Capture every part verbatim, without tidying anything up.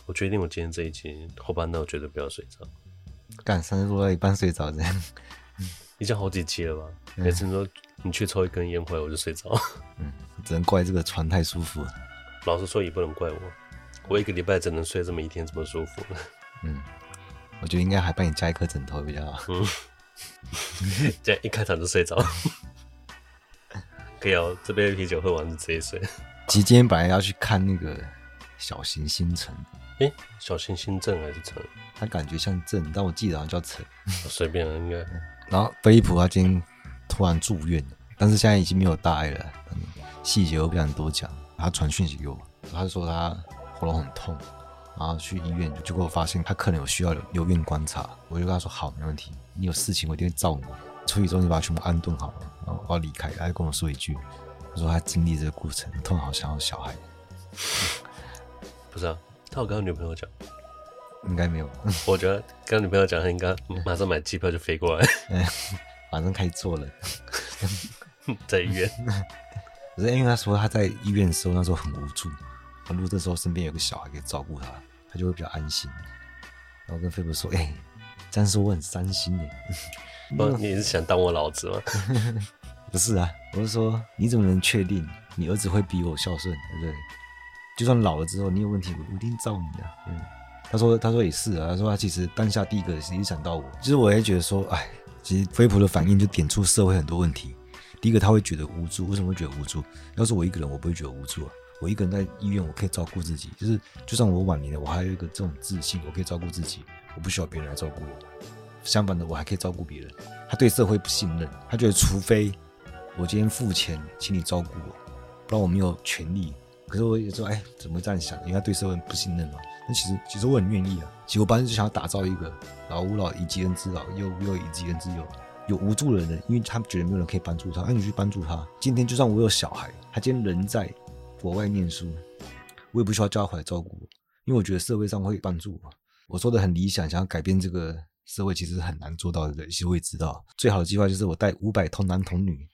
我决定我今天这一集后半段我绝对不要睡着。 干，上次录到一半睡着这样。 已经好几期了吧？嗯、每次你说你去抽一根烟回来我就睡着。 嗯，只能怪这个床太舒服了。 老实说也不能怪我，我一个礼拜只能睡这么一天这么舒服。 嗯，我觉得应该还帮你加一颗枕头比较好。嗯， 这样一开场就睡着。可以哦，这杯啤酒喝完就直接睡。 其实今天本来要去看那个小行星城。 诶，小行星镇还是城？ 它感觉像镇，但我记得好像叫城。 随便了，应该。 然后飞利浦他今天突然住院了，但是现在已经没有大碍了，细节我不想多讲。他传讯息给我，他就说他喉咙很痛，然后去医院，结果我发现他可能有需要留院观察。我就跟他说好，没问题，你有事情我一定会照你。出去之后你把它全部安顿好了，然后我要离开，他就跟我说一句，他说他经历这个过程，突然好想要小孩。 不是啊，他有跟他女朋友讲？ 应该没有。 我觉得跟女朋友讲，他应该马上买机票就飞过来。 马上开始做了。 在医院。 可是因为他说他在医院的时候那时候很无助，如果这时候身边有个小孩可以照顾他，他就会比较安心。然后跟菲普说：“哎、欸，这样说我很伤心耶。” 不，你是想当我老子吗？ 不是啊，我是说你怎么能确定你儿子会比我孝顺，对不对？就算老了之后你有问题，我一定照你的、啊。嗯，他说他说也是啊，他说他其实当下第一个是想到我，其实我也觉得说，哎，其实菲普的反应就点出社会很多问题。第一个他会觉得无助，为什么会觉得无助？要是我一个人，我不会觉得无助啊。我一个人在医院，我可以照顾自己，就是就算我晚年了，我还有一个这种自信，我可以照顾自己，我不需要别人来照顾我。相反的，我还可以照顾别人。他对社会不信任，他觉得除非我今天付钱请你照顾我，不然我没有权利。可是我也说，哎，怎么会这样想？因为他对社会不信任嘛。那其实其实我很愿意啊。其实我本来就想要打造一个老吾老以及人之老，幼吾幼以及人之幼。有无助的人，因为他觉得没有人可以帮助他，那你去帮助他。今天就算我有小孩，他今天人在国外念书，我也不需要叫他回来照顾我，因为我觉得社会上会帮助我。我说的很理想，想要改变这个社会，其实很难做到的。其实我也知道，最好的计划就是我带五百童男童女。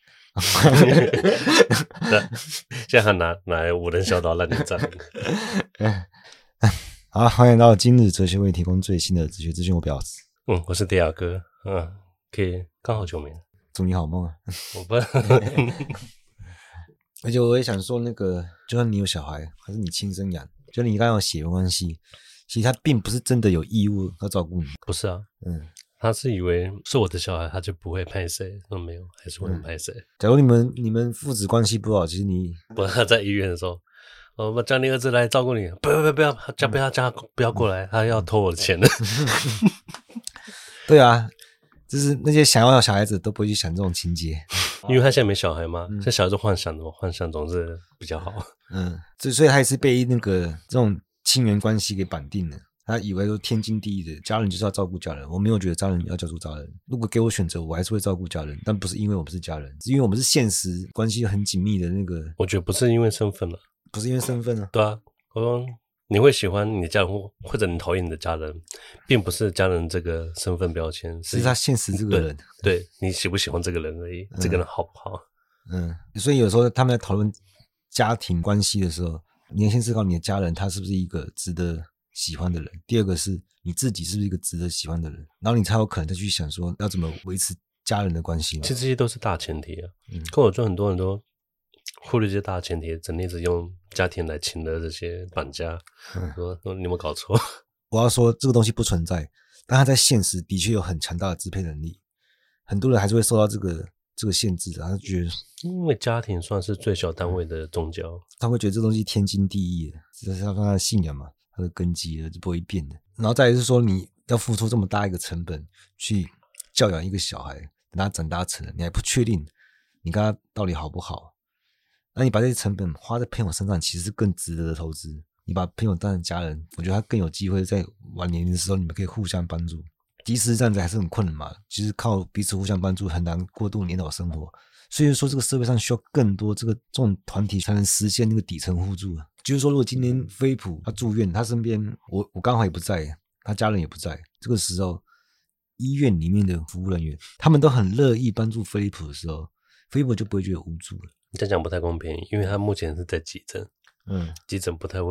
现在他拿拿来无人小岛让你站。 好，欢迎到今日哲学为提供最新的哲学资讯。我表示， 嗯，我是迪亚哥，嗯，可以，刚好久没了。 祝你好梦啊！ 我不， 而且我也想说，那个就算你有小孩，还是你亲生养，就你刚刚有血缘关系，其实他并不是真的有义务要照顾你。 不是啊， 嗯。 他是以为是我的小孩，他就不会拍谁？那、嗯、没有，还是会拍谁、嗯？ 假如你们你们父子关系不好，其实你不，他在医院的时候，我叫你儿子来照顾你，不要不要不要，叫不要叫他不要过来，他要偷我的钱的。 对啊，就是那些想要小孩子都不会去想这种情节， 因为他现在没小孩嘛，这、嗯、小孩子幻想的幻想总是比较好。 嗯，所以他也是被那个这种亲缘关系给绑定了。他以为说天经地义的，家人就是要照顾家人。我没有觉得家人要照顾家人。如果给我选择，我还是会照顾家人，但不是因为我们是家人，是因为我们是现实关系很紧密的那个。 我觉得不是因为身份了， 不是因为身份啊。 对啊，我说你会喜欢你的家人，或者你讨厌你的家人，并不是家人这个身份标签， 是他现实这个人。 对，对你喜不喜欢这个人而已，嗯、这个人好不好？ 嗯，所以有时候他们在讨论家庭关系的时候，你要先思考你的家人他是不是一个值得喜欢的人，第二个是你自己是不是一个值得喜欢的人，然后你才有可能再去想说要怎么维持家人的关系嘛。 其实这些都是大前提啊。嗯，可我觉得很多人都忽略这些大前提，整天只用家庭来请的这些绑架。嗯，说你有没有搞错？ 我要说这个东西不存在，但他在现实的确有很强大的支配能力，很多人还是会受到这个这个限制，他就觉得因为家庭算是最小单位的宗教， 他会觉得这东西天经地义的，这是他的信仰嘛。它的根基是不会变的，然后再来是说你要付出这么大一个成本去教养一个小孩，等他长大成人，你还不确定你跟他到底好不好，那你把这些成本花在朋友身上，其实是更值得的投资。你把朋友当成家人，我觉得他更有机会在晚年的时候你们可以互相帮助。即使这样子还是很困难嘛，其实靠彼此互相帮助很难过度年老生活，所以说这个社会上需要更多这个这种团体才能实现那个底层互助。就是说如果今天飞普他住院，他身边我我刚好也不在，他家人也不在，这个时候医院里面的服务人员他们都很乐意帮助飞普的时候，飞普就不会觉得无助了。 你这样讲不太公平，因为他目前是在急诊， 嗯， 急诊不太会有人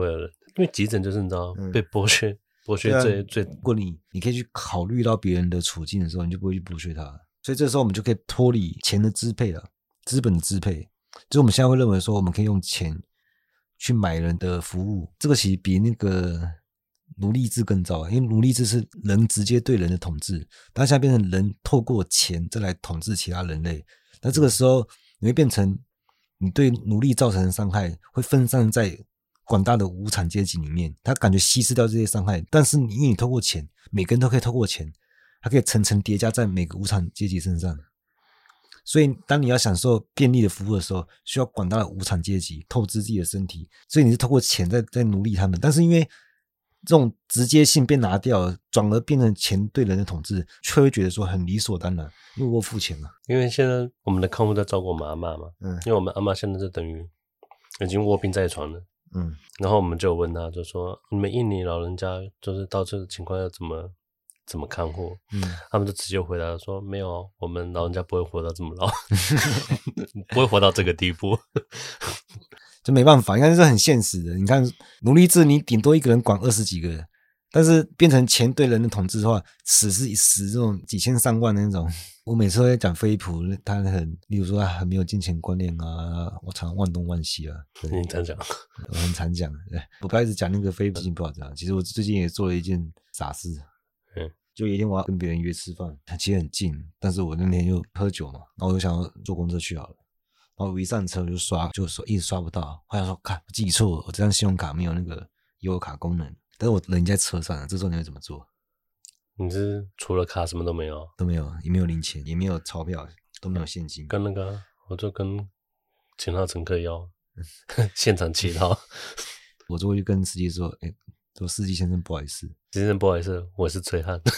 因为急诊就是你知道、嗯、被剥削剥削最、啊、最， 如果你你可以去考虑到别人的处境的时候，你就不会去剥削他，所以这时候我们就可以脱离钱的支配了，资本的支配，就是我们现在会认为说我们可以用钱去买人的服务，这个其实比那个奴隶制更糟，因为奴隶制是人直接对人的统治，但现在变成人透过钱再来统治其他人类，那这个时候你会变成你对奴隶造成的伤害会分散在广大的无产阶级里面，他感觉稀释掉这些伤害，但是因为你透过钱，每个人都可以透过钱，它可以层层叠加在每个无产阶级身上，所以当你要享受便利的服务的时候，需要广大的无产阶级透支自己的身体，所以你是透过钱在在奴隶他们，但是因为这种直接性被拿掉了，转而变成钱对人的统治，却会觉得说很理所当然，因为我付钱嘛。 因为现在我们的看护在照顾我们阿嬷嘛，嗯，因为我们阿嬷现在是等于已经卧病在床了，嗯，然后我们就有问他，就说你们印尼老人家就是到这个情况要怎么怎么看护？嗯，他们就直接回答说没有，我们老人家不会活到这么老，不会活到这个地步。 就没办法，应该是很现实的。你看奴隶制，你顶多一个人管二十几个人，但是变成钱对人的统治的话，死是死这种几千上万的那种。我每次都在讲飞普，他很，例如说他很没有金钱观念啊，我常万东万西啊。 你常讲， 我很常讲。我不要一直讲那个飞普，不好讲。其实我最近也做了一件傻事，嗯，就有一天我要跟别人约吃饭，其实很近，但是我那天又喝酒嘛，然后我就想要坐公车去好了。然后我一上车我就刷，就说一直刷不到，后来说看我记错了，我这张信用卡没有那个悠游卡功能，但是我人在车上了，这时候你会怎么做？ 你是除了卡什么都没有？ 都没有，也没有零钱，也没有钞票，都没有现金。 跟那个我就跟其他乘客要现场乞讨。 我就会去跟司机说，哎，说司机先生不好意思， 司机先生不好意思，我是醉汉。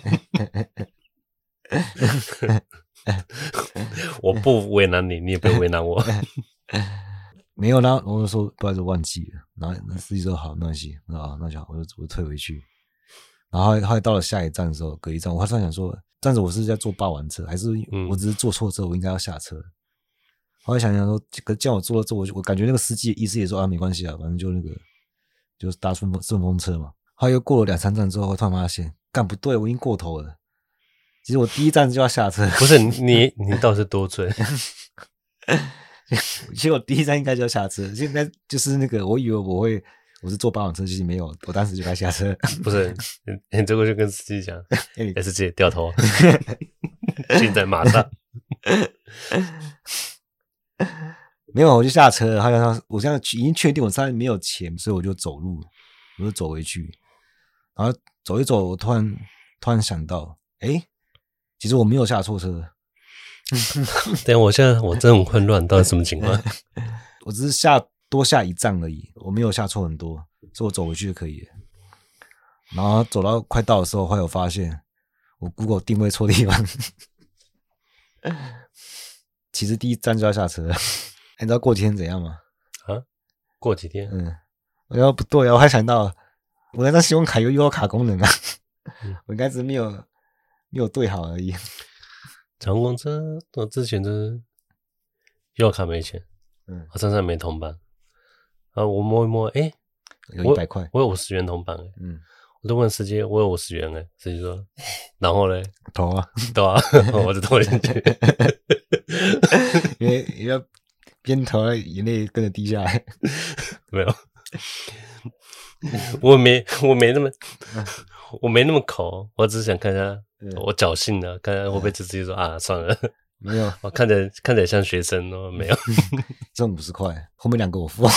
我不为难你，你也不为难我。 没有啦，我就说不好意思忘记了，然后那司机说好，没关系，啊，那就好，我就我就退回去。然后后来到了下一站的时候，隔一站，我突然想说，这样子我是在坐霸王车，还是我只是坐错车，我应该要下车。嗯、后来想想说，可叫我坐了之后，我我感觉那个司机的意思也说啊，没关系啊，反正就那个就是搭顺风顺风车嘛。后来又过了两三站之后，我突然发现，干不对，我已经过头了。其实我第一站就要下车。 不是你，你倒是多醉。 其实我第一站应该就要下车，现在就是那个，我以为我会我是坐霸王车，其实没有，我当时就该下车。 不是，你这个就跟司机讲 ，S 姐掉头，现在马上。 没有，我就下车了。好像我现在已经确定我上面没有钱，所以我就走路，我就走回去。然后走一走，我突然突然想到，诶，其实我没有下错车。 等一下，我现在我真的很混乱，到底什么情况？ 我只是下多下一站而已，我没有下错很多，所以我走回去就可以了。然后走到快到的时候，后来我发现我 Google 定位错地方。其实第一站就要下车了。你知道过几天怎样吗？ 啊？过几天？ 嗯，我要不对啊，我还想到我那张信用卡有悠游卡功能啊，嗯、我应该是没有没有对好而已。 长公车我之前就是悠游卡没钱，嗯，我身上没铜板，啊，我摸一摸，诶、欸、 有一百块， 我有五十元铜板，诶、欸、嗯，我就问司机，我有五十元，诶、欸、司机说，然后嘞， 投啊， 对啊，我就投进去， 因为因为边投眼泪跟着滴下来， 没有，我没我没那么我没那么抠，我只是想看一下。我侥幸的，看看会不会就直接说啊，算了， 没有， 我看起来看起来像学生哦，没有， 挣五十块，后面两个我付。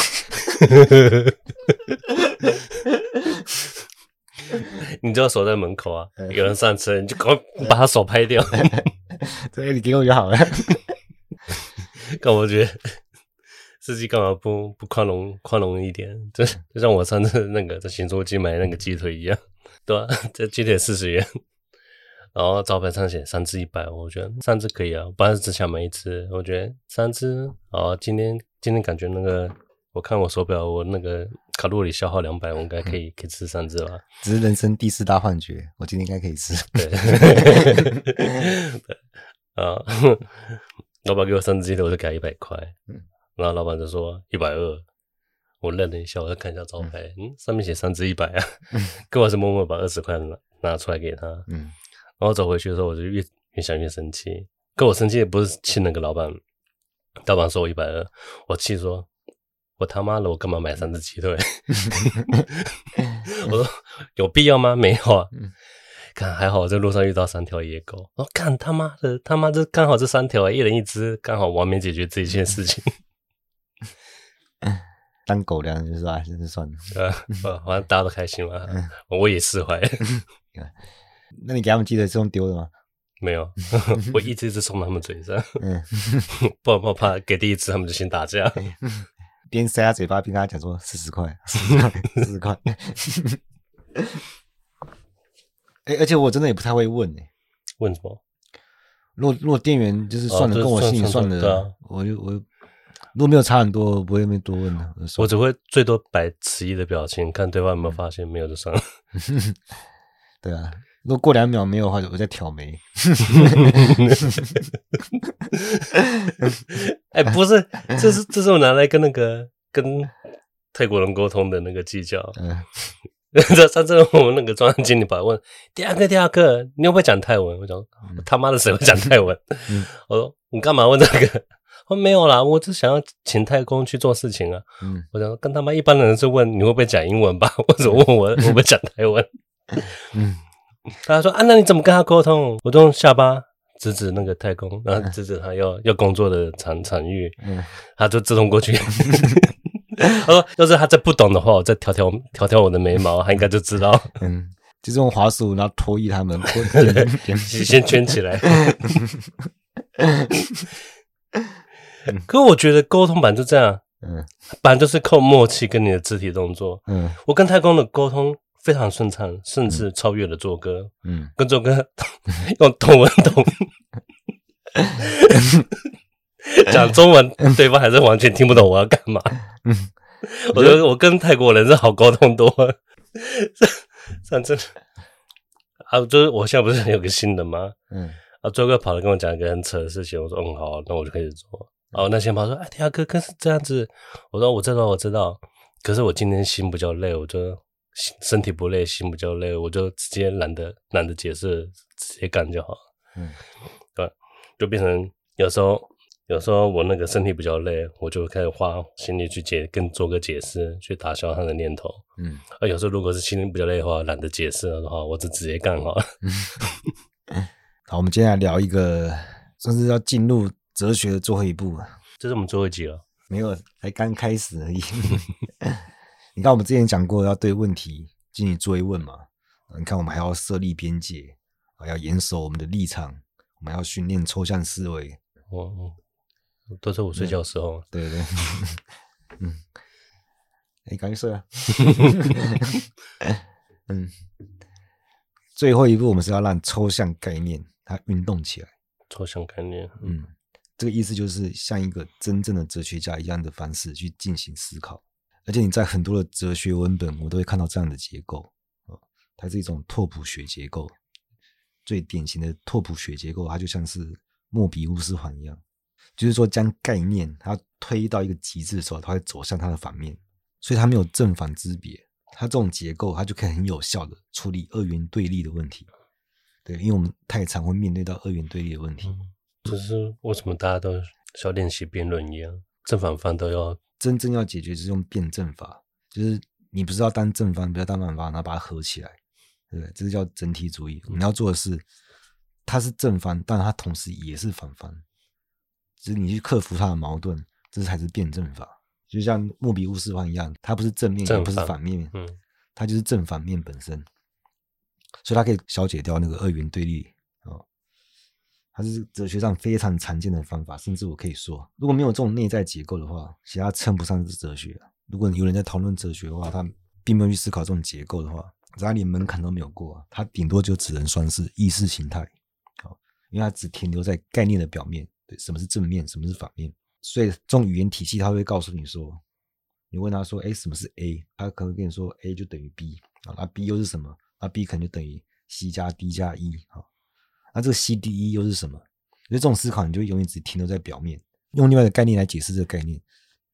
你就要守在门口啊，有人上车，你就赶快把他手拍掉。 对，你给我就好了。 但我觉得司机干嘛不不宽容宽容一点？就就像我上次那个在行车机买那个鸡腿一样，对吧、啊？这鸡腿四十元。然后招牌上写三只一百，我觉得三只可以啊，我本来是只想买一只，我觉得三只，哦，今天今天感觉那个，我看我手表，我那个卡路里消耗两百，我应该可以可以吃三只吧。 只是人生第四大幻觉，我今天应该可以吃。 对，对啊，老板给我三只鸡腿，我就给他一百块，然后老板就说一百二， 我愣了一下，我再看一下招牌，嗯，上面写三支一百啊，可我还是默默把二十块拿拿出来给他，嗯，然后走回去的时候，我就越越想越生气。可我生气也不是气那个老板，老板说我一百二，我气说，我他妈的，我干嘛买三只鸡腿？我说有必要吗？没有啊。看还好，我在路上遇到三条野狗，我看他妈的，他妈这刚好这三条，一人一只，刚好完美解决这一件事情。 当狗粮就是吧，真是算了。 呃，反正大家都开心嘛，嗯、我也释怀。 那你给他们鸡腿是用丢的吗？ 没有，我一只一只送到他们嘴上，嗯、不然我怕给第一只他们就先打架， 边塞他嘴巴边跟他讲说四十块，四十块，四十块。哎、欸，而且我真的也不太会问哎、欸， 问什么？ 如果如果店员就是算了、哦、跟我心里算的， 算啊、 我就我如果没有差很多，我不会多问的。 我只会最多摆迟疑的表情，看对方有没有发现，没有就算了。 对啊，如果过两秒没有的话，我再挑眉。 哎、欸，不是，这是这是我拿来跟那个跟泰国人沟通的那个技巧。嗯。上次我们那个专案经理跑来问第二个第二个，你会不会讲泰文？我讲、嗯、他妈的谁会讲泰文？嗯、我说你干嘛问这个？我说没有啦，我只想要请泰工去做事情啊。嗯、我想跟他妈一般人是问你会不会讲英文吧，或者问我会不会讲泰文？嗯，他说啊，那你怎么跟他沟通？我都用下巴指指那个泰工，然后指指他要要工作的场场域，嗯、他就自动过去。他说：“要是他再不懂的话，我再调调调调我的眉毛，他应该就知道。” 嗯，就是用滑鼠，然后拖移他们， 先圈起来。可我觉得沟通版就这样，嗯，版就是靠默契跟你的肢体动作。嗯，我跟泰公的沟通非常顺畅，甚至超越了做歌。嗯，跟做歌用同文同。讲中文，对方还是完全听不懂我要干嘛。嗯，我觉得我跟泰国人是好沟通多了。上次啊，就是我现在不是有个新的吗？嗯，啊，周哥跑来跟我讲一个很扯的事情，我说嗯好，那我就开始做。哦，那先跑说，哎，天啊哥哥是这样子。我说我知道我知道，可是我今天心比较累，我就身体不累，心比较累，我就直接懒得懒得解释，直接干就好。嗯，对，就变成有时候。有时候我那个身体比较累，我就开始花心力去解跟做个解释，去打消他的念头。嗯，而有时候如果是心里比较累的话，懒得解释的话，我就直接干好了。 好，我们接下来聊一个，算是要进入哲学的最后一步了。 这是我们最后一集了？ 没有，才刚开始而已。你看，我们之前讲过要对问题进行追问嘛？你看，我们还要设立边界，要严守我们的立场，我们要训练抽象思维。 哦。都是我睡觉的时候、 嗯、对对嗯你赶紧睡啊嗯最后一步我们是要让抽象概念它运动起来。 抽象概念嗯这个意思就是像一个真正的哲学家一样的方式去进行思考，而且你在很多的哲学文本我都会看到这样的结构、哦、它是一种拓扑学结构。最典型的拓扑学结构它就像是莫比乌斯环一样，就是说将概念它推到一个极致的时候，它会走向它的反面，所以它没有正反之别。它这种结构它就可以很有效的处理二元对立的问题。对，因为我们太常会面对到二元对立的问题、嗯、 就是为什么大家都像练习辩论一样，正反方都要真正要解决就是用辩证法，就是你不是要当正方不要当反方，然后把它合起来，对不对？这是叫整体主义。我们要做的是它是正方，但它同时也是反方，就是你去克服它的矛盾，这才是辩证法。就像莫比乌斯环一样，它不是正面也不是反面、嗯、它就是正反面本身，所以它可以消解掉那个二元对立、哦、它是哲学上非常常见的方法。甚至我可以说如果没有这种内在结构的话，其实它称不上是哲学。如果有人在讨论哲学的话，他并没有去思考这种结构的话，他连门槛都没有过，他顶多就只能算是意识形态、哦、因为它只停留在概念的表面。对，什么是正面什么是反面，所以这种语言体系它会告诉你说，你问他说诶什么是 A， 他可能跟你说 A 就等于 B， 那 B 又是什么，那 B 可能就等于 C 加 D 加 E， 那这个 C D E 又是什么。所以这种思考你就永远只停留在表面，用另外一个概念来解释这个概念，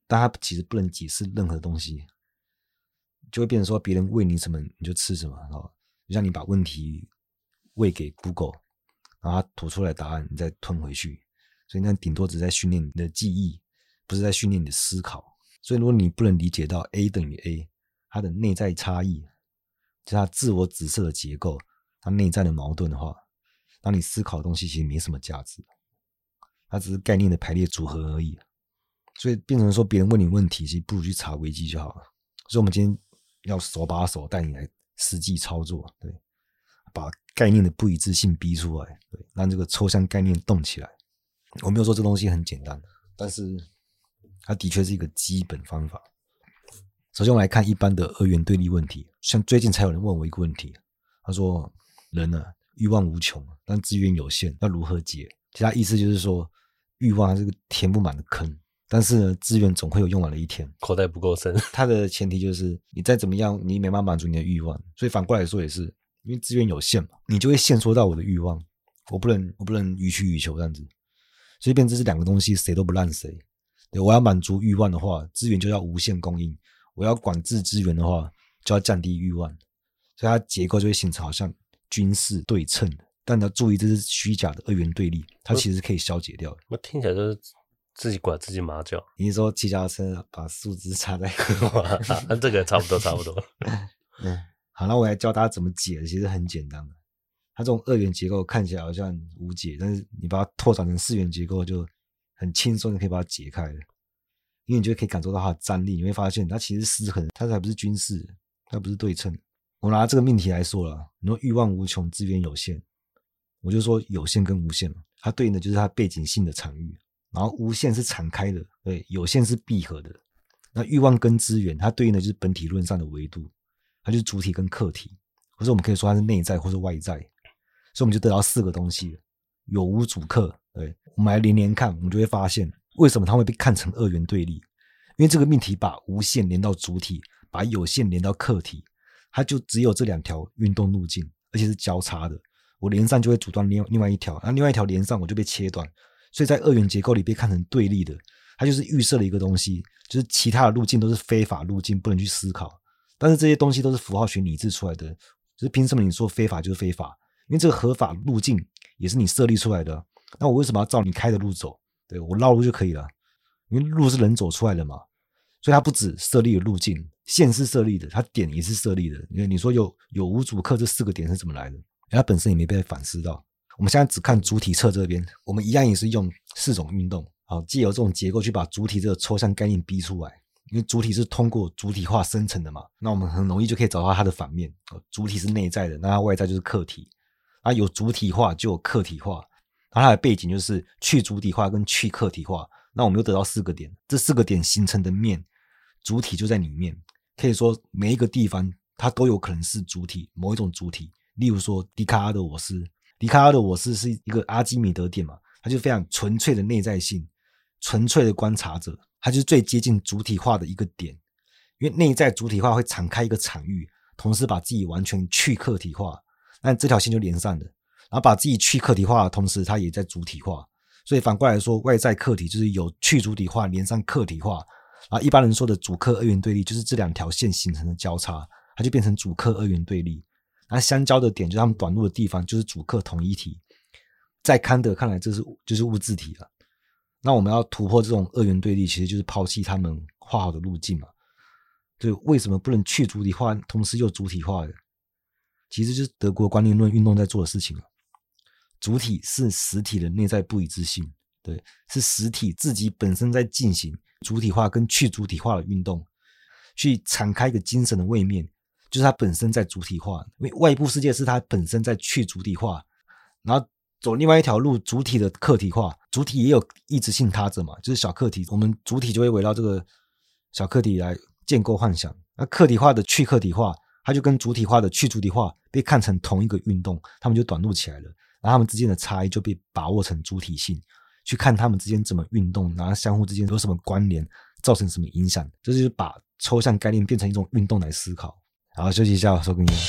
但它其实不能解释任何东西，就会变成说别人喂你什么你就吃什么，然后就像你把问题喂给 Google， 然后它吐出来答案你再吞回去，所以那顶多只是在训练你的记忆，不是在训练你的思考。所以如果你不能理解到 A 等于 A 它的内在差异，就是它自我指涉的结构，它内在的矛盾的话，当你思考的东西其实没什么价值，它只是概念的排列组合而已。所以变成说别人问你问题，其实不如去查维基就好了。所以我们今天要手把手带你来实际操作，对，把概念的不一致性逼出来，对，让这个抽象概念动起来。我没有说这东西很简单，但是它的确是一个基本方法。首先我们来看一般的二元对立问题，像最近才有人问我一个问题，他说人呢、啊、欲望无穷，但资源有限，要如何解？其实他意思就是说欲望是个填不满的坑，但是呢资源总会有用完的一天， 口袋不够深。 他的前提就是你再怎么样你没办法满足你的欲望，所以反过来说也是因为资源有限嘛，你就会限缩到我的欲望，我不能我不能予取予求这样子，所以变成这两个东西谁都不让谁。对，我要满足欲望的话，资源就要无限供应，我要管制资源的话就要降低欲望，所以它结构就会形成好像均势对称的，但你要注意这是虚假的二元对立，它其实可以消解掉的。 我听起来就是自己拐自己马脚。 你是说骑脚踏车把树枝插在啊，这个差不多差不多。 嗯，好，那我来教大家怎么解，其实很简单的。它这种二元结构看起来好像无解，但是你把它拓展成四元结构就很轻松的可以把它解开了，因为你就可以感受到它的张力，你会发现它其实失衡，它才不是均势，它不是对称。我拿这个命题来说啦，你说欲望无穷，资源有限，我就说有限跟无限嘛，它对应的就是它背景性的场域，然后无限是敞开的，对，有限是闭合的。那欲望跟资源，它对应的就是本体论上的维度，它就是主体跟客体，或者我们可以说它是内在或是外在，所以我们就得到四个东西，有无主客。对，我们来连连看，我们就会发现为什么它会被看成二元对立，因为这个命题把无限连到主体，把有限连到客体，它就只有这两条运动路径，而且是交叉的，我连上就会阻断另另外一条，那另外一条连上我就被切断，所以在二元结构里被看成对立的，它就是预设了一个东西，就是其他的路径都是非法路径，不能去思考，但是这些东西都是符号学拟制出来的，就是凭什么你说非法就是非法？因为这个合法路径也是你设立出来的，那我为什么要照你开的路走？对，我绕路就可以了，因为路是人走出来的嘛，所以它不只设立了路径，线是设立的，它点也是设立的。因为你说有有无主客这四个点是怎么来的？它本身也没被反思到。我们现在只看主体侧这边，我们一样也是用四种运动，好，藉由这种结构去把主体这个抽象概念逼出来。因为主体是通过主体化生成的嘛，那我们很容易就可以找到它的反面。主体是内在的，那它外在就是客体。啊，有主体化就有客体化，然后它的背景就是去主体化跟去客体化。那我们又得到四个点，这四个点形成的面，主体就在里面。可以说每一个地方它都有可能是主体，某一种主体。例如说笛卡尔的我是，笛卡尔的我是是一个阿基米德点嘛，它就非常纯粹的内在性，纯粹的观察者，它就是最接近主体化的一个点。因为内在主体化会敞开一个场域，同时把自己完全去客体化，那这条线就连上了，然后把自己去客体化的同时它也在主体化，所以反过来说外在客体就是有去主体化连上客体化，然后一般人说的主客二元对立就是这两条线形成的交叉，它就变成主客二元对立。那相交的点就是他们短路的地方，就是主客统一体。在康德看来这是就是物质体了。那我们要突破这种二元对立，其实就是抛弃他们画好的路径嘛。对，为什么不能去主体化同时又主体化的？其实就是德国观念论运动在做的事情了。主体是实体的内在不一致性，对，是实体自己本身在进行主体化跟去主体化的运动，去敞开一个精神的位面，就是它本身在主体化，因为外部世界是它本身在去主体化，然后走另外一条路，主体的客体化，主体也有意志性他者嘛，就是小客体，我们主体就会围绕这个小客体来建构幻想。那客体化的去客体化，它就跟主体化的去主体化被看成同一个运动，他们就短路起来了，然后他们之间的差异就被把握成主体性，去看他们之间怎么运动，然后相互之间有什么关联，造成什么影响，这就是把抽象概念变成一种运动来思考。好，休息一下，收根烟。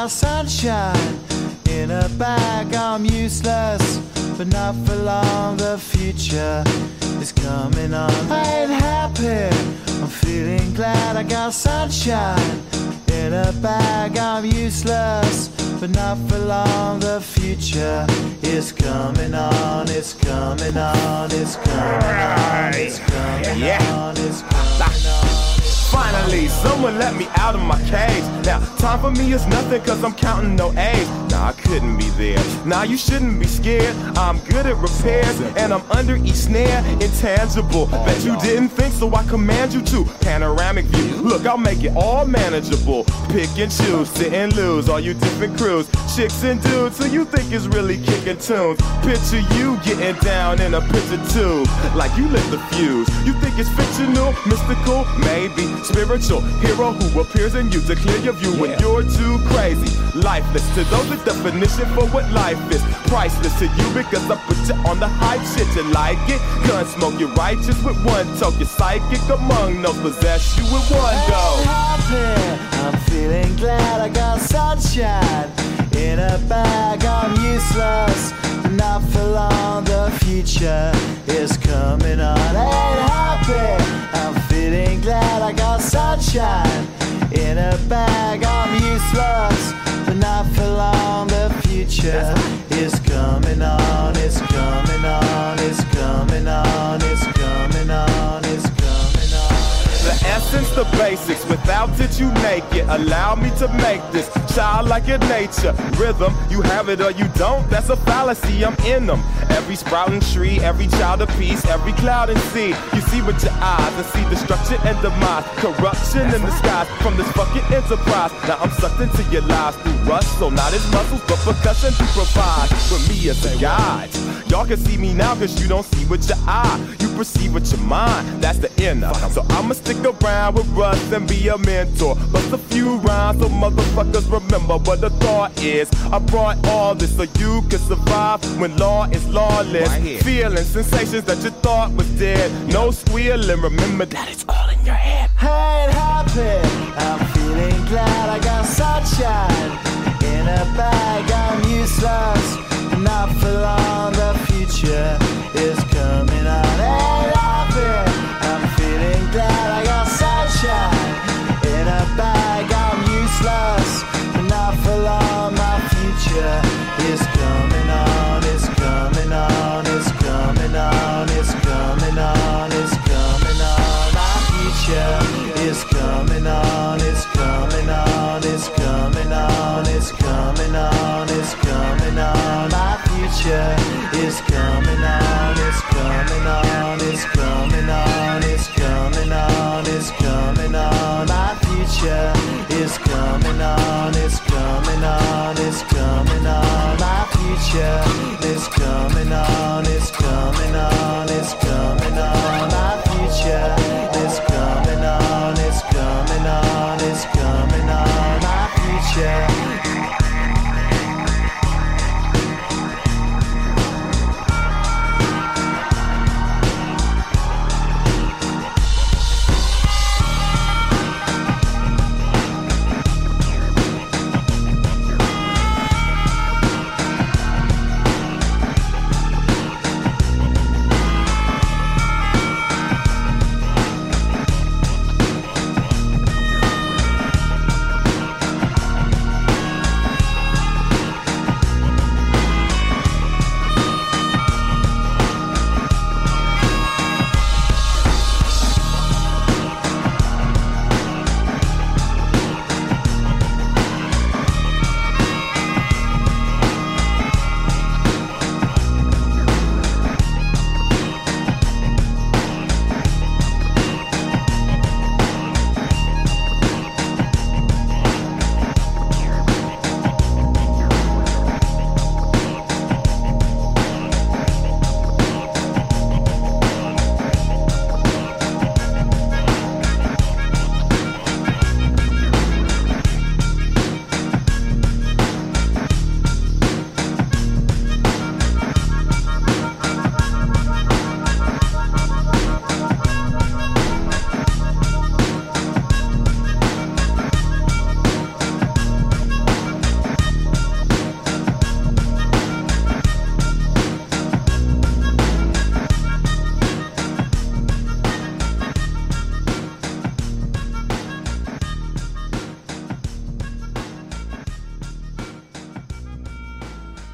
got sunshine in a bag. I'm useless, but not for long. The future is coming on. I ain't happy, I'm feeling glad. I got sunshine in a bag. I'm useless, but not for long. The future is coming on. It's coming on. It's coming on. It's coming on. It's coming on. Finally, someone let me out of my cage. Now, time for me is nothing cause I'm counting no A's. Nah, I couldn't be there. Nah, you shouldn't be scared. I'm good at repairs and I'm under each snare. Intangible, bet you didn't think, so I command you to. Panoramic view, look, I'll make it all manageable. Pick and choose, sit and lose, all you different crews. Chicks and dudes who you think is really kicking tunes. Picture you getting down in a picture tube, like you lit the fuse. You think it's fictional, mystical, maybe spiritual hero who appears in you to clear your view when you're too crazy. Lifeless to those, the definition for what life is. Priceless to you because I put you on the hype shit. You like it? Gun smoke, you're righteous with one toe. You're psychic among those, possess you with one go. I'm happy, I'm feeling glad. I got sunshine in a bag. I'm useless, not for long. The future is coming on. Ain't happy, I'm feeling glad. I got sunshine in a bag. I'm useless, but not for long. The future is coming on. It's coming on. It's coming on. It's coming on. It's coming on. The essence, the basics, without it you naked. Allow me to make this childlike in nature. Rhythm, you have it or you don't, that's a fallacy, I'm in them. Every sprouting tree, every child of peace, every cloud and sea. You see with your eyes and see destruction and demise. Corruption in the skies from this fucking enterprise. Now I'm sucked into your lives through rust, so not as muscles, but percussion to provide for me as a guide. Y'all can see me now cause you don't see with your eye. You perceive with your mind, that's the inner. So I'ma stick around with Russ and be a mentor. Bust a few rhymes so motherfuckers remember what the thought is. I brought all this so you can survive when law is lawless. Right, feeling sensations that you thought was dead. No squealing, remember that it's all in your head. I ain't happy, I'm feeling glad. I got sunshine in a bag. I'm useless, not for long. The future is coming on. Ain't happy, I'm feeling glad. I got sunshine in a bag. I'm useless, not for long. My future is coming on. It's coming on. It's coming on. It's coming on. It's coming on. My future is coming on. It's coming on. It's coming on. It's coming on. It's coming on. My future is coming on. It's coming on. It's coming on. It's coming on. It's coming on. My future is coming on. It's coming on. It's coming on. My future is coming on. It's coming on. It's coming on. My future is coming on. It's coming on. It's coming on. My future.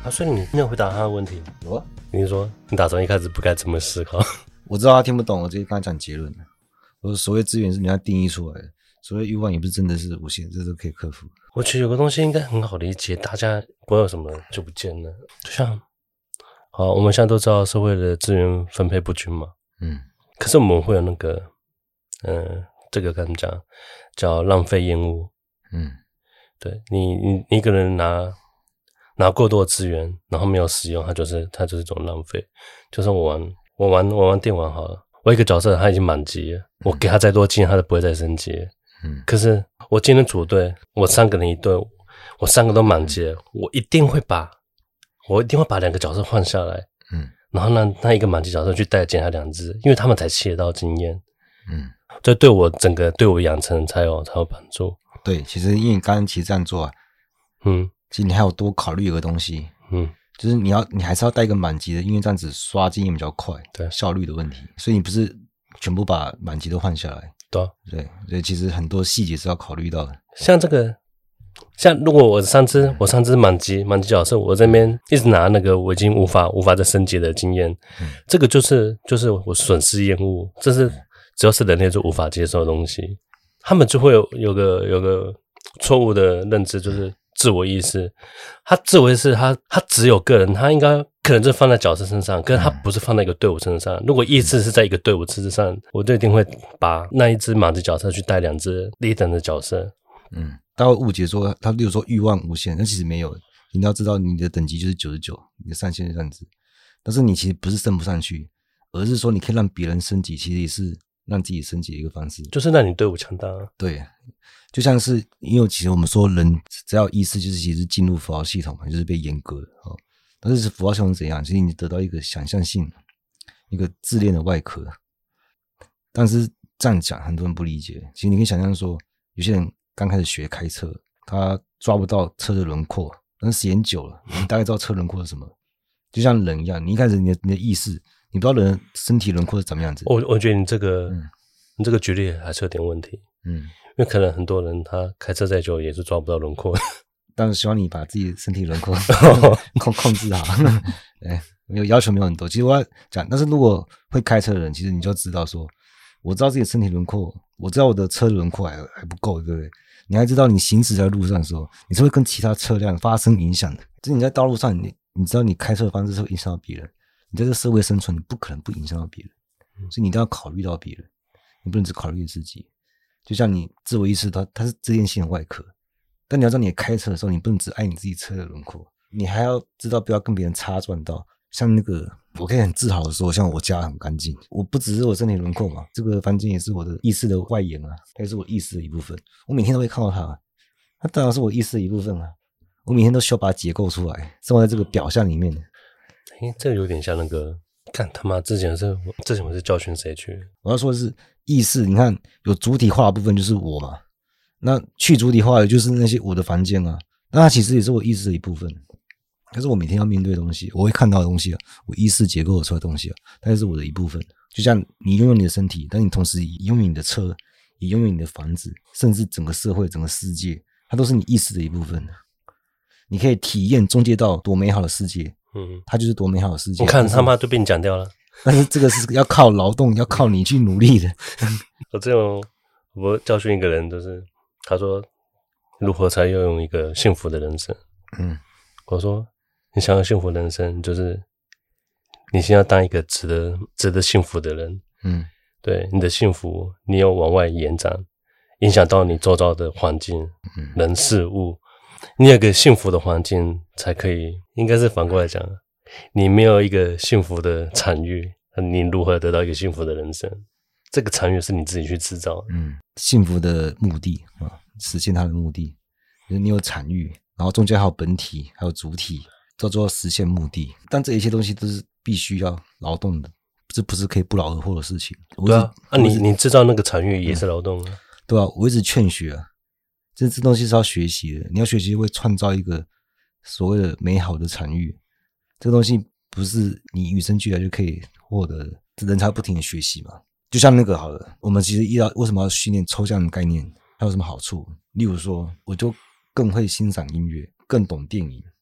啊，所以你没有回答他的问题。 有啊， 你说你打算一开始不该这么思考？ 我知道他听不懂，我直接跟他讲结论了。我说所谓资源是人家定义出来的，所谓欲望也不是真的是无限，这是可以克服。 我觉得有个东西应该很好理解，大家不会有什么就不见了。就像，好，我们现在都知道社会的资源分配不均嘛， 嗯， 可是我们会有那个，呃，这个该怎么讲，叫浪费厌恶。 嗯， 对你，你你一个人拿拿过多的资源，然后没有使用，它就是它就是一种浪费。就算我玩我玩我玩电玩好了，我一个角色他已经满级了，我给他再多经验，他都不会再升级。 嗯， 可是我今天组队，我三个人一队，我三个都满级了，我一定会把，我一定会把两个角色换下来， 嗯， 然后让那一个满级角色去带减他两只，因为他们才吸得到经验， 嗯， 这对我整个对我养成才有才有帮助。 对，其实因为你刚刚其实这样做啊， 嗯， 其实你还有多考虑一个东西， 嗯， 就是你要你还是要带一个满级的，因为这样子刷经验比较快， 对， 效率的问题，所以你不是全部把满级都换下来。 对啊， 对，所以其实很多细节是要考虑到的。 像这个，像如果我三只我三只满级满级角色，我这边一直拿那个我已经无法无法再升级的经验， 嗯、 这个就是就是我损失厌恶，这是只要是人类就无法接受的东西，他们就会有有个有个错误的认知，就是自我意识。他自我意识他他只有个人，他应该可能就放在角色身上，可是他不是放在一个队伍身上。如果意识是在一个队伍身上，我就一定会把那一只马子角色去带两只低等的角色。 嗯，他会误解说他例如说欲望无限，但其实没有。你要知道你的等级就是九十九，你的上限是这样子，但是你其实不是升不上去，而是说你可以让别人升级，其实也是让自己升级的一个方式， 就是让你队伍强大。 对，就像是因为其实我们说人只要有意识，就是其实进入符号系统嘛，就是被阉割的哦。但是符号系统是怎样？其实你得到一个想象性，一个自恋的外壳。但是这样讲很多人不理解。其实你可以想象说，有些人刚开始学开车，他抓不到车的轮廓，但是时间久了，你大概知道车轮廓是什么。就像人一样，你一开始你的你的意识，你不知道人的身体轮廓是怎么样子。 我我觉得你这个、 嗯、 你这个举例还是有点问题。 嗯， 因为可能很多人他开车再久也是抓不到轮廓。 但是希望你把自己的身体轮廓控控制好。哎，没有要求没有很多。其实我要讲，但是如果会开车的人，其实你就要知道说，我知道自己的身体轮廓，我知道我的车轮廓还还不够，对不对？你还知道你行驶在路上的时候，你是会跟其他车辆发生影响的。就是你在道路上，你你知道你开车的方式是会影响到别人。你在这个社会生存，你不可能不影响到别人，所以你一定要考虑到别人，你不能只考虑自己。就像你自我意识它，它是自恋性的外壳，但你要知道你开车的时候，你不能只爱你自己车的轮廓，你还要知道不要跟别人擦撞到。像那个，我可以很自豪的说，像我家很干净，我不只是我身体轮廓嘛，这个房间也是我的意识的外延啊，它也是我意识的一部分。我每天都会看到它，它当然是我意识的一部分啊。我每天都需要把它解构出来，生活在这个表象里面。 诶，这个有点像那个，干他妈之前是之前我是教训谁去？ 我要说的是意识，你看有主体化的部分就是我嘛，那去主体化的就是那些我的房间啊，那它其实也是我意识的一部分。可是我每天要面对的东西，我会看到的东西啊，我意识结构出来的东西啊，它也是我的一部分。就像你拥有你的身体，但你同时也拥有你的车，也拥有你的房子，甚至整个社会、整个世界，它都是你意识的一部分。你可以体验中介到多美好的世界，嗯，它就是多美好的世界。 我看他妈都被你讲掉了。 但是这个是要靠劳动，要靠你去努力的。 我这种我教训一个人，就是他说如何才拥有一个幸福的人生？嗯，我说你想要幸福的人生，就是你先要当一个值得值得幸福的人。嗯，对，你的幸福，你有往外延展，影响到你周遭的环境、嗯、人事物。你有个幸福的环境才可以，应该是反过来讲，你没有一个幸福的场域，你如何得到一个幸福的人生？这个场域是你自己去制造的。 嗯，幸福的目的啊，实现它的目的，就是你有场域，然后中间还有本体，还有主体，叫做实现目的。但这一切东西都是必须要劳动的，这不是可以不劳而获的事情。 对啊，那、啊、你你制造那个场域也是劳动啊、嗯。 对啊，我一直劝学啊。这这东西是要学习的，你要学习会创造一个所谓的美好的场域。这个东西不是你与生俱来就可以获得的，人才不停的学习嘛。就像那个好了，我们其实要为什么要训练抽象的概念，还有什么好处？例如说，我就更会欣赏音乐，更懂电影，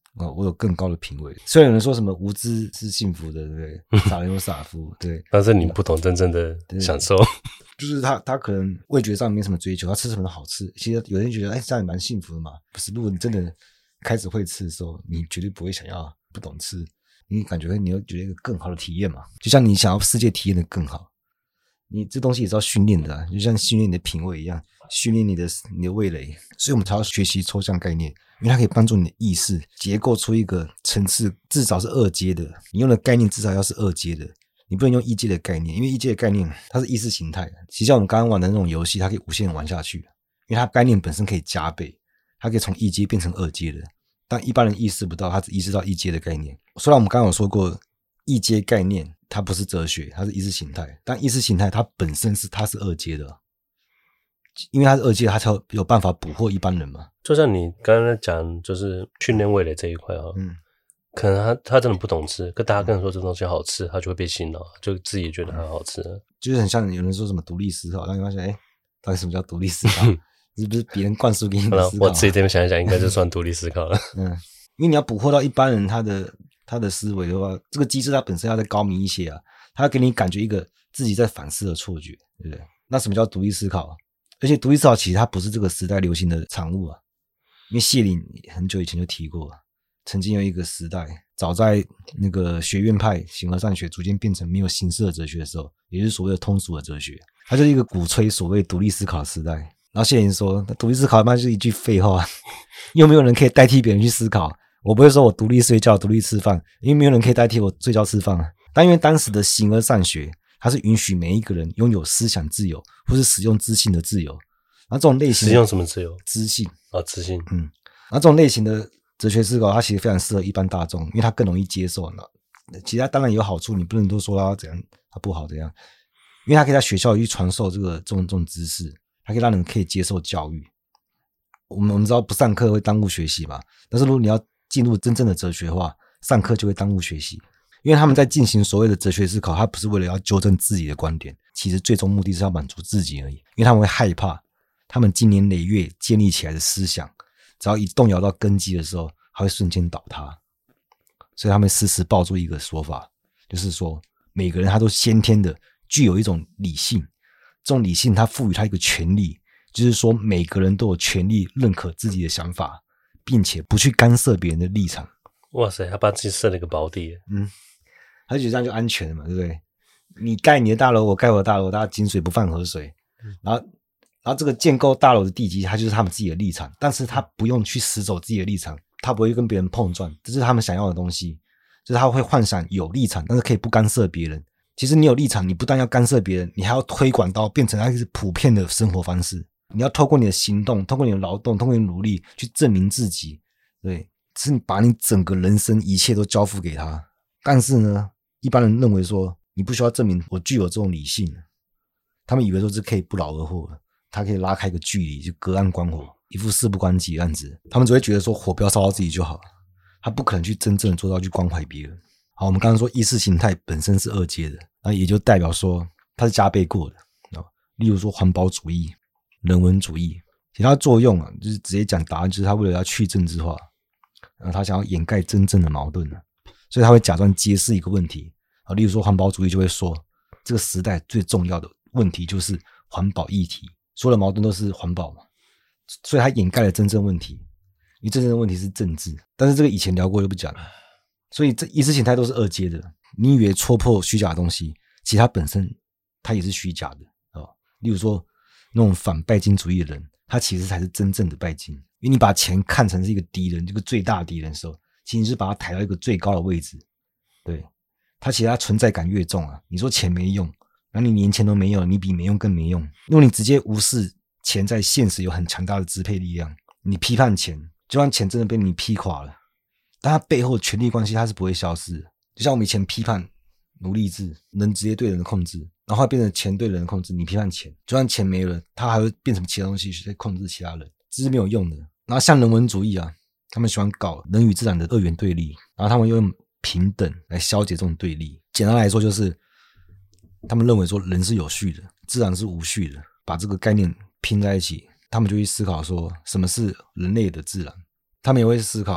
哦，我有更高的品味。虽然有人说什么无知是幸福的，对不对？傻人有傻福，对。 但是你不懂真正的享受， 就是他他可能味觉上没什么追求，他吃什么都好吃。其实有人觉得，哎，这样也蛮幸福的嘛。不是，如果你真的开始会吃的时候，你绝对不会想要不懂吃，你感觉你要觉得一个更好的体验嘛。就像你想要世界体验的更好，你这东西也是要训练的啊，就像训练你的品味一样，训练你的你的味蕾。所以我们才要学习抽象概念。因为它可以帮助你的意识结构出一个层次，至少是二阶的。你用的概念至少要是二阶的，你不能用一阶的概念，因为一阶的概念它是意识形态。其实像我们刚刚玩的那种游戏，它可以无限玩下去，因为它概念本身可以加倍，它可以从一阶变成二阶的。但一般人意识不到，他只意识到一阶的概念。虽然我们刚刚有说过，一阶概念它不是哲学，它是意识形态，但意识形态它本身是它是二阶的。因为他是二阶，他才有办法捕获一般人嘛。 就像你刚才讲，就是训练味蕾这一块啊，嗯，可能他他真的不懂吃，跟大家跟人说这东西好吃，他就会被洗脑，就自己也觉得它好吃，嗯， 就是很像有人说什么独立思考，让你发现，哎，到底什么叫独立思考？是不是别人灌输给你的思考？ 我自己这边想一想，应该就算独立思考了。 嗯，因为你要捕获到一般人他的他的思维的话，这个机制它本身要再高明一些啊，它要给你感觉一个自己在反思的错觉，对不对？那什么叫独立思考？而且独立思考其实它不是这个时代流行的产物啊，因为谢林很久以前就提过，曾经有一个时代，早在那个学院派形而上学逐渐变成没有形式的哲学的时候，也就是所谓的通俗的哲学，它就是一个鼓吹所谓独立思考的时代。然后谢林说，独立思考那就是一句废话，因为没有人可以代替别人去思考。我不会说我独立睡觉、独立吃饭，因为没有人可以代替我睡觉吃饭啊。但因为当时的形而上学，它是允许每一个人拥有思想自由，或是使用知性的自由。然后这种类型使用什么自由？ 知性啊，知性。 嗯，然后这种类型的哲学思考，它其实非常适合一般大众，因为它更容易接受。其实它当然有好处，你不能都说它怎样，它不好怎样，因为它可以在学校里去传授这个这种这种知识，它可以让人可以接受教育。我们我们知道不上课会耽误学习嘛，但是如果你要进入真正的哲学的话，上课就会耽误学习。因为他们在进行所谓的哲学思考，他不是为了要纠正自己的观点，其实最终目的是要满足自己而已。因为他们会害怕他们经年累月建立起来的思想，只要一动摇到根基的时候，它会瞬间倒塌。所以他们时时抱住一个说法，就是说每个人他都先天的具有一种理性，这种理性他赋予他一个权利，就是说每个人都有权利认可自己的想法，并且不去干涉别人的立场。 哇塞，他把自己设了一个保底。 嗯，他就觉得这样就安全了嘛，对不对？你盖你的大楼，我盖我的大楼，大家井水不犯河水。然后，然后这个建构大楼的地基，它就是他们自己的立场，但是他不用去死守自己的立场，他不会跟别人碰撞，这是他们想要的东西。就是他会幻想有立场，但是可以不干涉别人。其实你有立场，你不但要干涉别人，你还要推广到变成它是普遍的生活方式。你要透过你的行动，透过你的劳动，透过你的努力去证明自己，对。是你把你整个人生一切都交付给他，但是呢，一般人认为说你不需要证明我具有这种理性，他们以为说是可以不劳而获的，他可以拉开个距离就隔岸观火，一副事不关己的样子，他们只会觉得说火不要烧到自己就好，他不可能去真正的做到去关怀别人。好，我们刚刚说意识形态本身是二阶的，那也就代表说它是加倍过的，例如说环保主义、人文主义，其他作用啊，就是直接讲答案，就是他为了要去政治化。呃，他想要掩盖真正的矛盾，所以他会假装揭示一个问题啊，例如说环保主义就会说，这个时代最重要的问题就是环保议题，所有的矛盾都是环保嘛，所以他掩盖了真正问题，因为真正的问题是政治，但是这个以前聊过就不讲了，所以这意识形态都是二阶的，你以为戳破虚假的东西，其实它本身它也是虚假的啊，例如说那种反拜金主义的人，他其实才是真正的拜金。因为你把钱看成是一个敌人，这个最大敌人的时候，其实你是把它抬到一个最高的位置。对，它其实它存在感越重啊。你说钱没用，然后你连钱都没有，你比没用更没用。如果你直接无视钱在现实有很强大的支配力量，你批判钱，就算钱真的被你批垮了，但它背后的权力关系它是不会消失的。就像我们以前批判奴隶制，人直接对人的控制，然后变成钱对人的控制，你批判钱，就算钱没了，它还会变成其他东西去控制其他人。这是没有用的。然后像人文主义啊，他们喜欢搞人与自然的二元对立，然后他们用平等来消解这种对立。简单来说就是他们认为说人是有序的，自然是无序的，把这个概念拼在一起，他们就去思考说什么是人类的自然。他们也会思考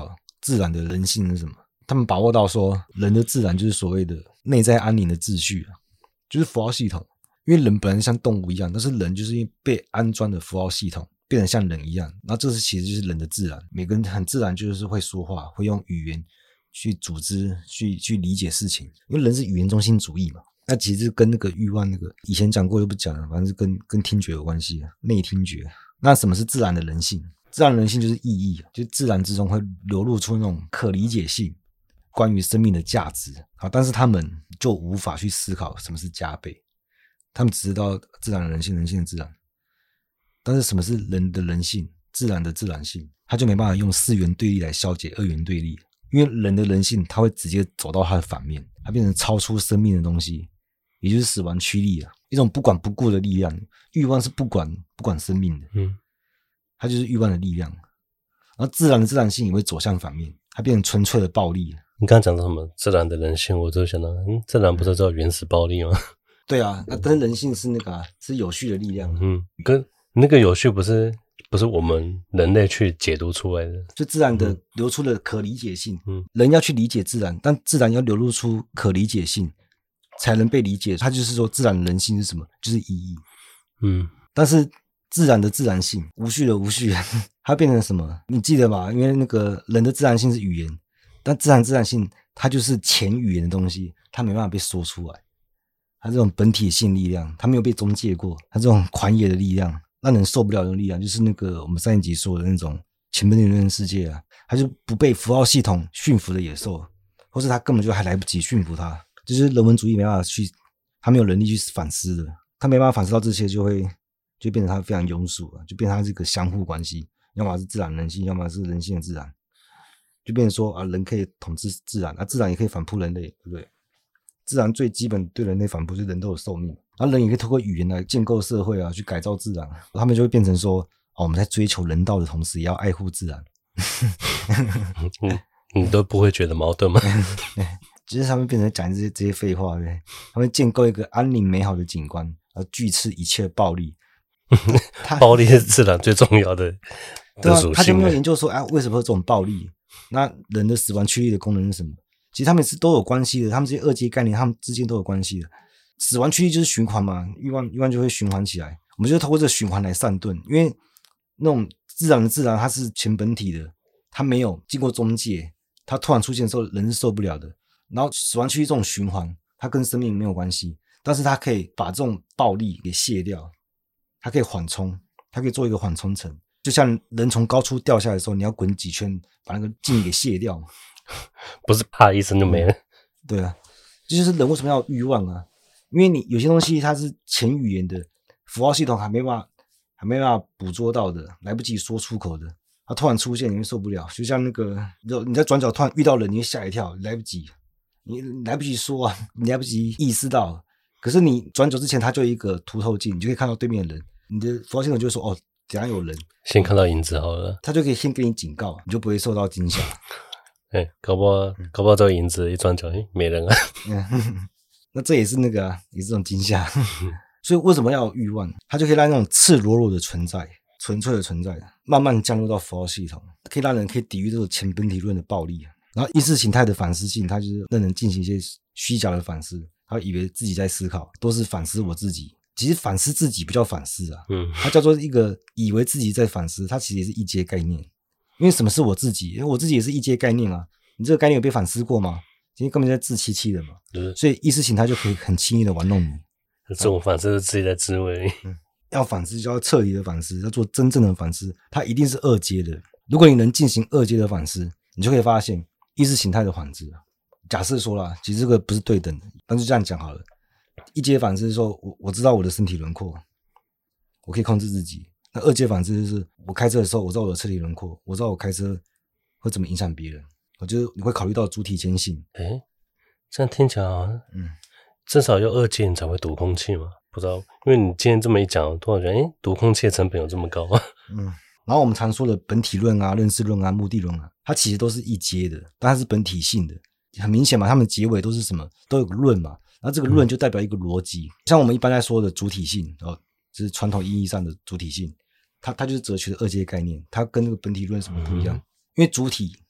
自然的人性是什么？他们把握到说，人的自然就是所谓的内在安宁的秩序啊，就是符号系统。因为人本来像动物一样，但是人就是因为被安装的符号系统，变得像人一样。然后这是其实就是人的自然，每个人很自然就是会说话，会用语言去组织、去去理解事情。因为人是语言中心主义嘛，那其实跟那个欲望那个以前讲过就不讲了，反正是跟跟听觉有关系啊，内听觉。那什么是自然的人性？自然人性就是意义，就是自然之中会流露出那种可理解性，关于生命的价值啊，但是他们就无法去思考什么是加倍。他们只知道自然的人性，人性的自然，但是什么是人的人性，自然的自然性，他就没办法用四元对立来消解二元对立。因为人的人性，他会直接走到他的反面，他变成超出生命的东西，也就是死亡驱力啊，一种不管不顾的力量。欲望是不管不管生命的，嗯，它就是欲望的力量。然后自然的自然性也会走向反面，它变成纯粹的暴力。 你刚刚讲到什么自然的人性，我就想到，嗯，自然不是叫原始暴力吗？ 对啊，那但是人性是那个、啊、是有序的力量、啊。 嗯，跟那个有序不是不是我们人类去解读出来的， 就自然的流出了可理解性。嗯，人要去理解自然，但自然要流露出可理解性，才能被理解。它就是说，自然的人性是什么？就是意义。嗯，但是自然的自然性，无序的无序，它变成什么？你记得吗？因为那个人的自然性是语言，但自然自然性它就是前语言的东西，它没办法被说出来。它这种本体性力量，它没有被中介过，它这种狂野的力量，让人受不了的力量，就是那个我们上一集说的那种前本体论世界啊，它就不被符号系统驯服的野兽，或是它根本就还来不及驯服它，就是人文主义没办法去，他没有能力去反思的，他没办法反思到这些，就会就变成他非常庸俗了，就变成他这个相互关系，要么是自然人性，要么是人性的自然，就变成说啊，人可以统治自然，啊，自然也可以反扑人类，对不对？自然最基本对人类反扑就是人都有寿命，然后人也可以透过语言来建构社会啊，去改造自然，他们就会变成说，哦，我们在追求人道的同时，也要爱护自然。 你都不会觉得矛盾吗？ 其实他们变成讲这些这些废话，对，他们建构一个安宁美好的景观，而拒斥一切暴力。 暴力是自然最重要的的属性。 他就没有研究说，啊，为什么会有这种暴力？那人的死亡驱力的功能是什么？其实他们是都有关系的，他们这些二阶概念，他们之间都有关系的。死亡驱力就是循环嘛，欲望欲望就会循环起来，我们就透过这个循环来散顿。因为那种自然的自然，它是全本体的，它没有经过中介，它突然出现的时候，人是受不了的。然后死亡驱力这种循环，它跟生命没有关系，但是它可以把这种暴力给卸掉，它可以缓冲，它可以做一个缓冲层。就像人从高处掉下来的时候，你要滚几圈把那个劲给卸掉嘛。 不是啪一声就没了。 对啊，这就是人为什么要有欲望啊？因为你有些东西它是前语言的符号系统还没办法还没办法捕捉到的，来不及说出口的，它突然出现你会受不了。就像那个你在转角突然遇到人，你会吓一跳，来不及，你来不及说啊，你来不及意识到。可是你转角之前，它就有一个凸透镜，你就可以看到对面的人，你的符号系统就会说，哦，等一下有人， 先看到影子好了， 他就可以先给你警告，你就不会受到惊吓。 哎、欸，搞不好，搞不好这个影子一转角，哎、欸，没人啊。 那这也是那个、啊，也是这种惊吓。所以为什么要有欲望？它就可以让那种赤裸裸的存在、纯粹的存在，慢慢降落到符号系统，可以让人可以抵御这种前本体论的暴力。然后意识形态的反思性，它就是让人进行一些虚假的反思，他以为自己在思考，都是反思我自己。其实反思自己不叫反思啊，嗯，它叫做一个以为自己在反思，它其实也是一阶概念。因为什么是我自己？因为我自己也是一阶概念啊。你这个概念有被反思过吗？今天根本就在自欺欺人嘛。嗯、所以意识形态就可以很轻易的玩弄你。 这种反思是自己在自慰、 嗯。要反思就要彻底的反思，要做真正的反思，它一定是二阶的。如果你能进行二阶的反思，你就可以发现意识形态的反思。假设说啦，其实这个不是对等的，但是这样讲好了。一阶反思是说我我知道我的身体轮廓，我可以控制自己。那二阶反思就是我开车的时候，我知道我的车体轮廓，我知道我开车会怎么影响别人。我觉得你会考虑到主体间性。 诶，这样听起来好像，嗯，至少要二阶你才会读空气嘛？不知道，因为你今天这么一讲，我突然觉得，诶，读空气的成本有这么高吗？ 嗯，然后我们常说的本体论啊、认识论啊、目的论啊，它其实都是一阶的，但它是本体性的。很明显嘛，它们结尾都是什么？都有个论嘛。然后这个论就代表一个逻辑，嗯、像我们一般在说的主体性，哦，就是传统意义上的主体性。它它就是哲学的二阶概念，它跟那个本体论什么不一样？嗯、因为主体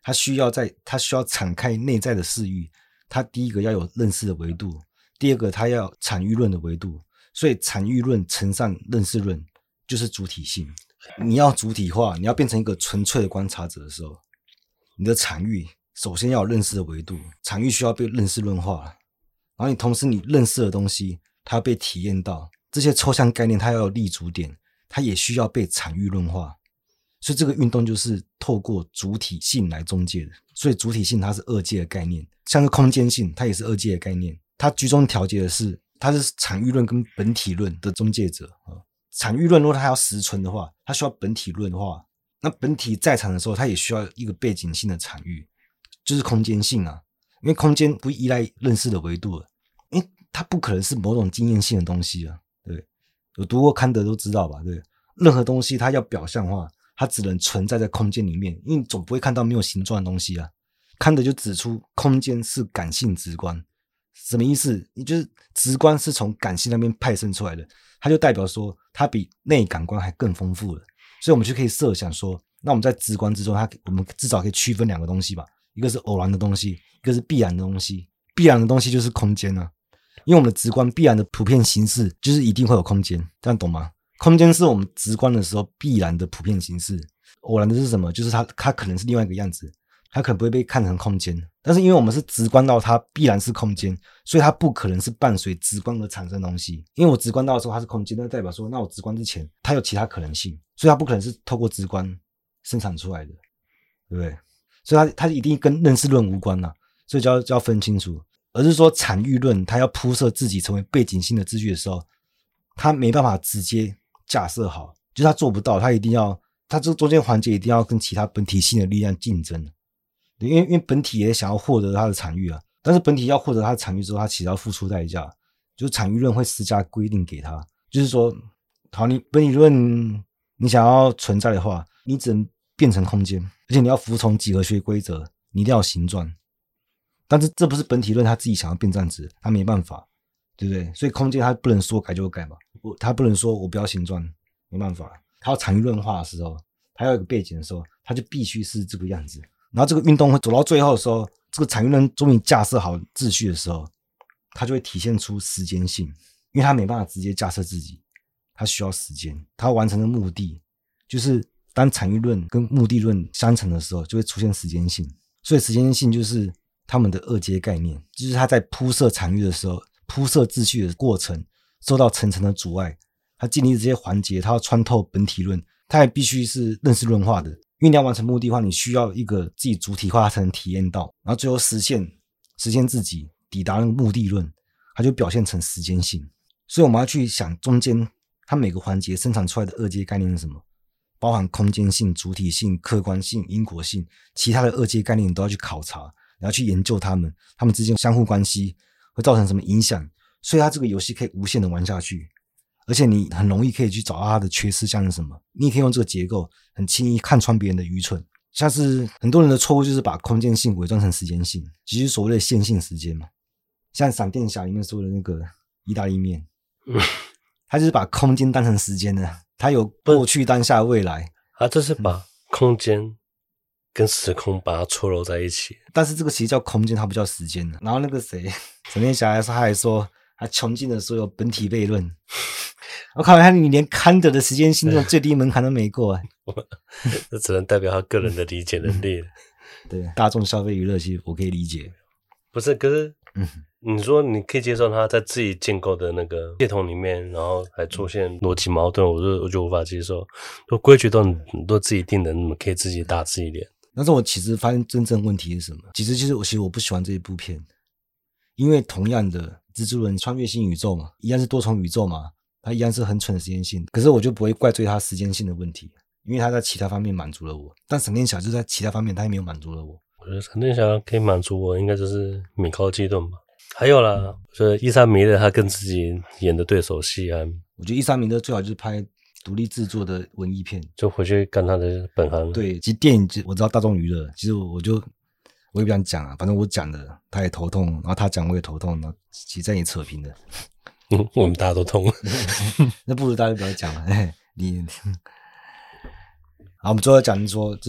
他需要在他需要敞开内在的视域，他第一个要有认识的维度，第二个他要产域论的维度，所以产域论乘上认识论就是主体性。你要主体化，你要变成一个纯粹的观察者的时候，你的场域首先要有认识的维度，场域需要被认识论化，然后你同时你认识的东西它要被体验到，这些抽象概念它要有立足点，它也需要被场域论化。所以这个运动就是透过主体性来中介的，所以主体性它是二界的概念，像是空间性它也是二界的概念，它居中调节的是它是场域论跟本体论的中介者。场域论如果它要实存的话，它需要本体论化，那本体在场的时候它也需要一个背景性的场域，就是空间性啊，因为空间不依赖认识的维度了，因为它不可能是某种经验性的东西啊，对，有读过康德都知道吧，对，任何东西它要表象化，它只能存在在空间里面，因为你总不会看到没有形状的东西啊。康德就指出空间是感性直观，什么意思？你就是直观是从感性那边派生出来的，它就代表说它比内感官还更丰富了，所以我们就可以设想说，那我们在直观之中，它我们至少可以区分两个东西吧，一个是偶然的东西，一个是必然的东西。必然的东西就是空间啊，因为我们的直观必然的普遍形式就是一定会有空间，这样懂吗？空间是我们直观的时候必然的普遍形式，偶然的是什么？就是它它可能是另外一个样子，它可能不会被看成空间，但是因为我们是直观到它必然是空间，所以它不可能是伴随直观而产生的东西。因为我直观到的时候它是空间，那代表说那我直观之前它有其他可能性，所以它不可能是透过直观生产出来的，对不对？所以它它一定跟认识论无关啊，所以就要就要分清楚。而是说场域论它要铺设自己成为背景性的秩序的时候，它没办法直接架设好，就是他做不到，他一定要，他这中间环节一定要跟其他本体性的力量竞争，因为因为本体也想要获得他的场域啊，但是本体要获得他的场域之后，他其实要付出代价，就是场域论会施加规定给他，就是说，好，你本体论你想要存在的话，你只能变成空间，而且你要服从几何学规则，你一定要有形状，但是这不是本体论他自己想要变这样子，他没办法。对不对？所以空间它不能说改就改嘛，它不能说我不要形状，没办法。它要场域论化的时候，它要有一个背景的时候，它就必须是这个样子。然后这个运动会走到最后的时候，这个场域论终于架设好秩序的时候，它就会体现出时间性，因为它没办法直接架设自己，它需要时间。它要完成的目的就是当场域论跟目的论相乘的时候，就会出现时间性。所以时间性就是他们的二阶概念，就是它在铺设场域的时候。铺设秩序的过程受到层层的阻碍，它建立这些环节，它要穿透本体论，它也必须是认识论化的，因为你要完成目的的话，你需要一个自己主体化才能体验到，然后最后实现实现自己抵达那个目的论，它就表现成时间性。所以我们要去想中间它每个环节生产出来的二阶概念是什么，包含空间性、主体性、客观性、因果性，其他的二阶概念你都要去考察，然后去研究它们，它们之间相互关系会造成什么影响，所以它这个游戏可以无限的玩下去，而且你很容易可以去找到它的缺失像是什么，你也可以用这个结构很轻易看穿别人的愚蠢。像是很多人的错误就是把空间性伪装成时间性，其实所谓的线性时间嘛，像闪电侠里面说的那个意大利面，他就是把空间当成时间的，他有过去、当下、未来， 他这是把空间跟时空把它错揉在一起， 但是这个其实叫空间，它不叫时间。然后那个谁，闪电侠他还说，他穷尽了所有本体悖论。我靠，他你连康德的时间性这种最低门槛都没过、欸， 这只能代表他个人的理解能力了。 对，大众消费娱乐其实我可以理解， 不是？可是， 嗯， 你说你可以接受他在自己建构的那个系统里面，然后还出现逻辑矛盾，我就我就无法接受。都规矩都很多自己定的，你们可以自己打自己脸。 但是我其实发现真正问题是什么？其实其实我其实我不喜欢这一部片，因为同样的蜘蛛人穿越新宇宙嘛，一样是多重宇宙嘛，它一样是很蠢的时间性，可是我就不会怪罪它时间性的问题，因为它在其他方面满足了我，但闪电侠就在其他方面它也没有满足了我。 我觉得闪电侠可以满足我，应该就是米高基顿吧。还有啦，嗯、我觉得伊莎米勒他跟自己演的对手戏啊， 我觉得伊莎米勒最好就是拍独立制作的文艺片， 就回去干他的本行。 对，其实电影我知道大众娱乐，其实我就我也不想讲啊，反正我讲的他也头痛，然后他讲我也头痛，然后其实在也扯平了。 嗯，我们大家都痛了。 那不如大家不要讲了。哎，你，好，我们最后讲说，就是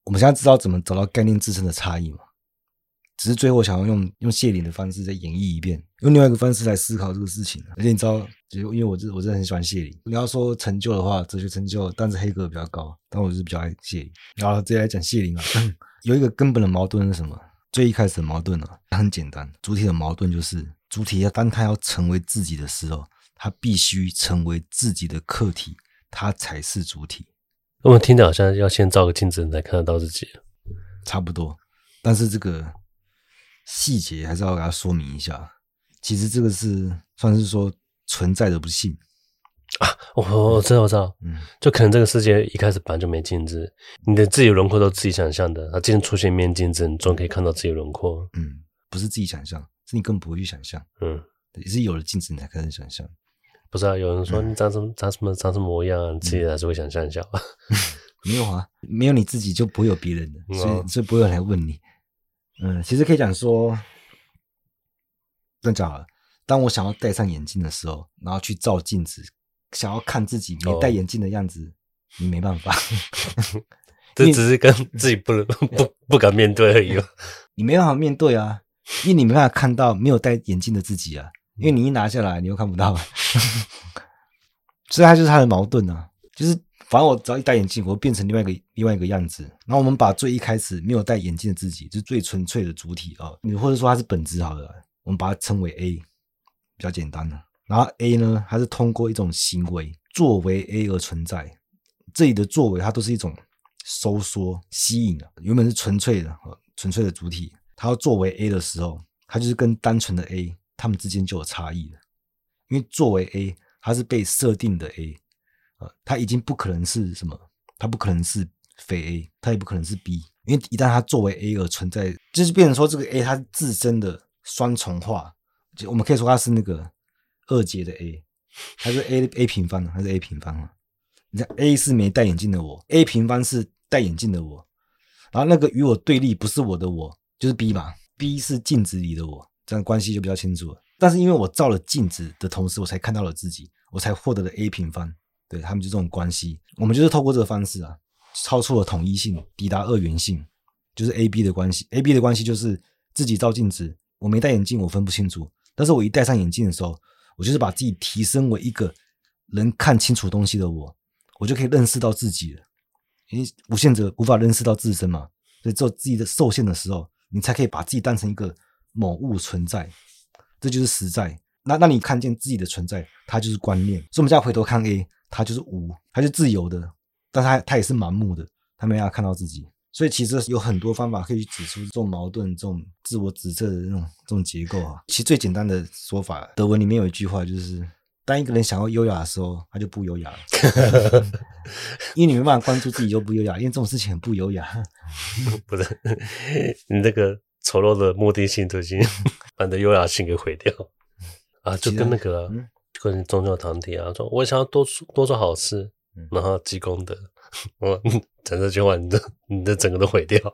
我们现在知道怎么找到概念自身的差异嘛？只是最后想要用用谢林的方式再演绎一遍，用另外一个方式来思考这个事情。而且你知道，就因为我我真的很喜欢谢林。你要说成就的话，哲学成就，但是黑格比较高，但我就是比较爱谢林。然后直接来讲谢林啊，有一个根本的矛盾是什么？最一开始的矛盾啊，很简单，主体的矛盾就是主体要当他要成为自己的时候，他必须成为自己的客体，他才是主体。 我们听着好像要先照个镜子才看得到自己， 差不多。但是这个细节还是要给他说明一下，其实这个是算是说存在的不幸啊。我我知道我知道，嗯，就可能这个世界一开始本来就没镜子，你的自己轮廓都自己想象的，它今天出现一面镜子，你总可以看到自己轮廓。 嗯，不是自己想象，是你根本不会去想象。嗯，也是有了镜子你才开始想象。 不是啊，有人说你长什么、嗯、长什么长什么模样、啊，你自己还是会想象一下吧。 没有啊，没有你自己就不会有别人的，所以、嗯哦、所以不会有人来问你。嗯，其实可以讲说，这样讲好了。当我想要戴上眼镜的时候，然后去照镜子，想要看自己没戴眼镜的样子，哦、你没办法。 这只是跟自己不不不敢面对而已。 你没办法面对啊，因为你没办法看到没有戴眼镜的自己啊。因为你一拿下来，你又看不到，所以它就是它的矛盾啊。就是反正我只要一戴眼镜，我会变成另外一个另外一个样子。然后我们把最一开始没有戴眼镜的自己，就是最纯粹的主体啊，你或者说它是本质好了，我们把它称为 A， 比较简单的。然后 A 呢，它是通过一种行为作为 A 而存在，这里的作为它都是一种收缩、吸引的。原本是纯粹的、纯粹的主体，它要作为 A 的时候，它就是跟单纯的 A。他们之间就有差异了，因为作为 A， 它是被设定的 A， 呃，它已经不可能是什么，它不可能是非 A， 它也不可能是 B， 因为一旦它作为 A 而存在，就是变成说这个 A 它自身的双重化，就我们可以说它是那个二阶的 A， 它是 A A 平方，它是 A 平方。你看 A 是没戴眼镜的我 ，A 平方是戴眼镜的我，然后那个与我对立不是我的我，就是 B 嘛 ，B 是镜子里的我。这样关系就比较清楚了。但是因为我照了镜子的同时，我才看到了自己，我才获得了 A 平方。对，他们就这种关系，我们就是透过这个方式啊，超出了统一性，抵达二元性，就是 A B 的关系。A B 的关系就是自己照镜子，我没戴眼镜，我分不清楚。但是我一戴上眼镜的时候，我就是把自己提升为一个能看清楚东西的我，我就可以认识到自己了。因为无限者无法认识到自身嘛，所以只有自己的受限的时候，你才可以把自己当成一个某物存在，这就是实在。那那你看见自己的存在，它就是观念。所以我们现在回头看 A， 它就是无，它是自由的，但它它也是盲目的，它没办法看到自己。所以其实有很多方法可以去指出这种矛盾、这种自我指责的那种这种结构啊。其实最简单的说法，德文里面有一句话，就是当一个人想要优雅的时候，他就不优雅了。因为你没办法关注自己就不优雅，因为这种事情很不优雅。 不是你那个丑陋的目的性都已经把你的优雅性给毁掉啊！就跟那个、啊嗯、就跟宗教团体啊，说我想要多多做好事，嗯、然后积功德，我讲这句话，你的你的整个都毁掉。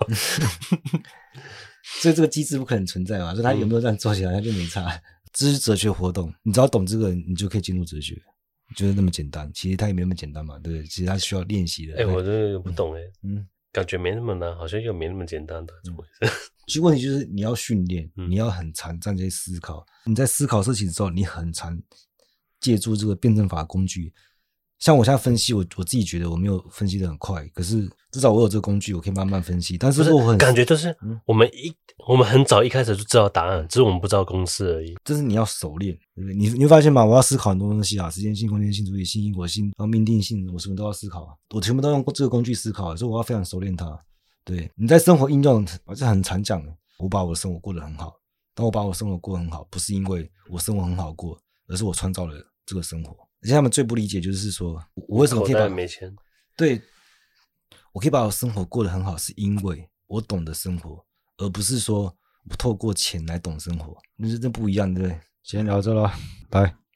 所以这个机制不可能存在嘛？所以他有没有这样做起来，他就没差。这是哲学活动，你只要懂这个，你就可以进入哲学，就是那么简单。其实它也没那么简单嘛，对不对？其实它需要练习的。 哎、欸，我这个不懂哎、欸，嗯，感觉没那么难，好像又没那么简单的，怎么回事？ 其实问题就是你要训练，你要很常这样去思考。你在思考事情之后，你很常借助这个辩证法工具。像我现在分析，我我自己觉得我没有分析的很快，可是至少我有这个工具，我可以慢慢分析。但是我很感觉就是我们一、嗯、我们很早一开始就知道答案，只是我们不知道公式而已。 这是你要熟练，对不对？你你会发现嘛，我要思考很多东西啊，时间性、空间性、主体性、因果性，然后命定性，我什么都要思考，我全部都用这个工具思考，所以我要非常熟练它。对，你在生活应用，我是很常讲的，我把我的生活过得很好。当我把我生活过得很好，不是因为我生活很好过，而是我创造了这个生活。而且他们最不理解就是说，我为什么可以把没钱？ 对，我可以把我生活过得很好，是因为我懂得生活，而不是说我透过钱来懂生活，那是真不一样，对不对？先聊这了，拜。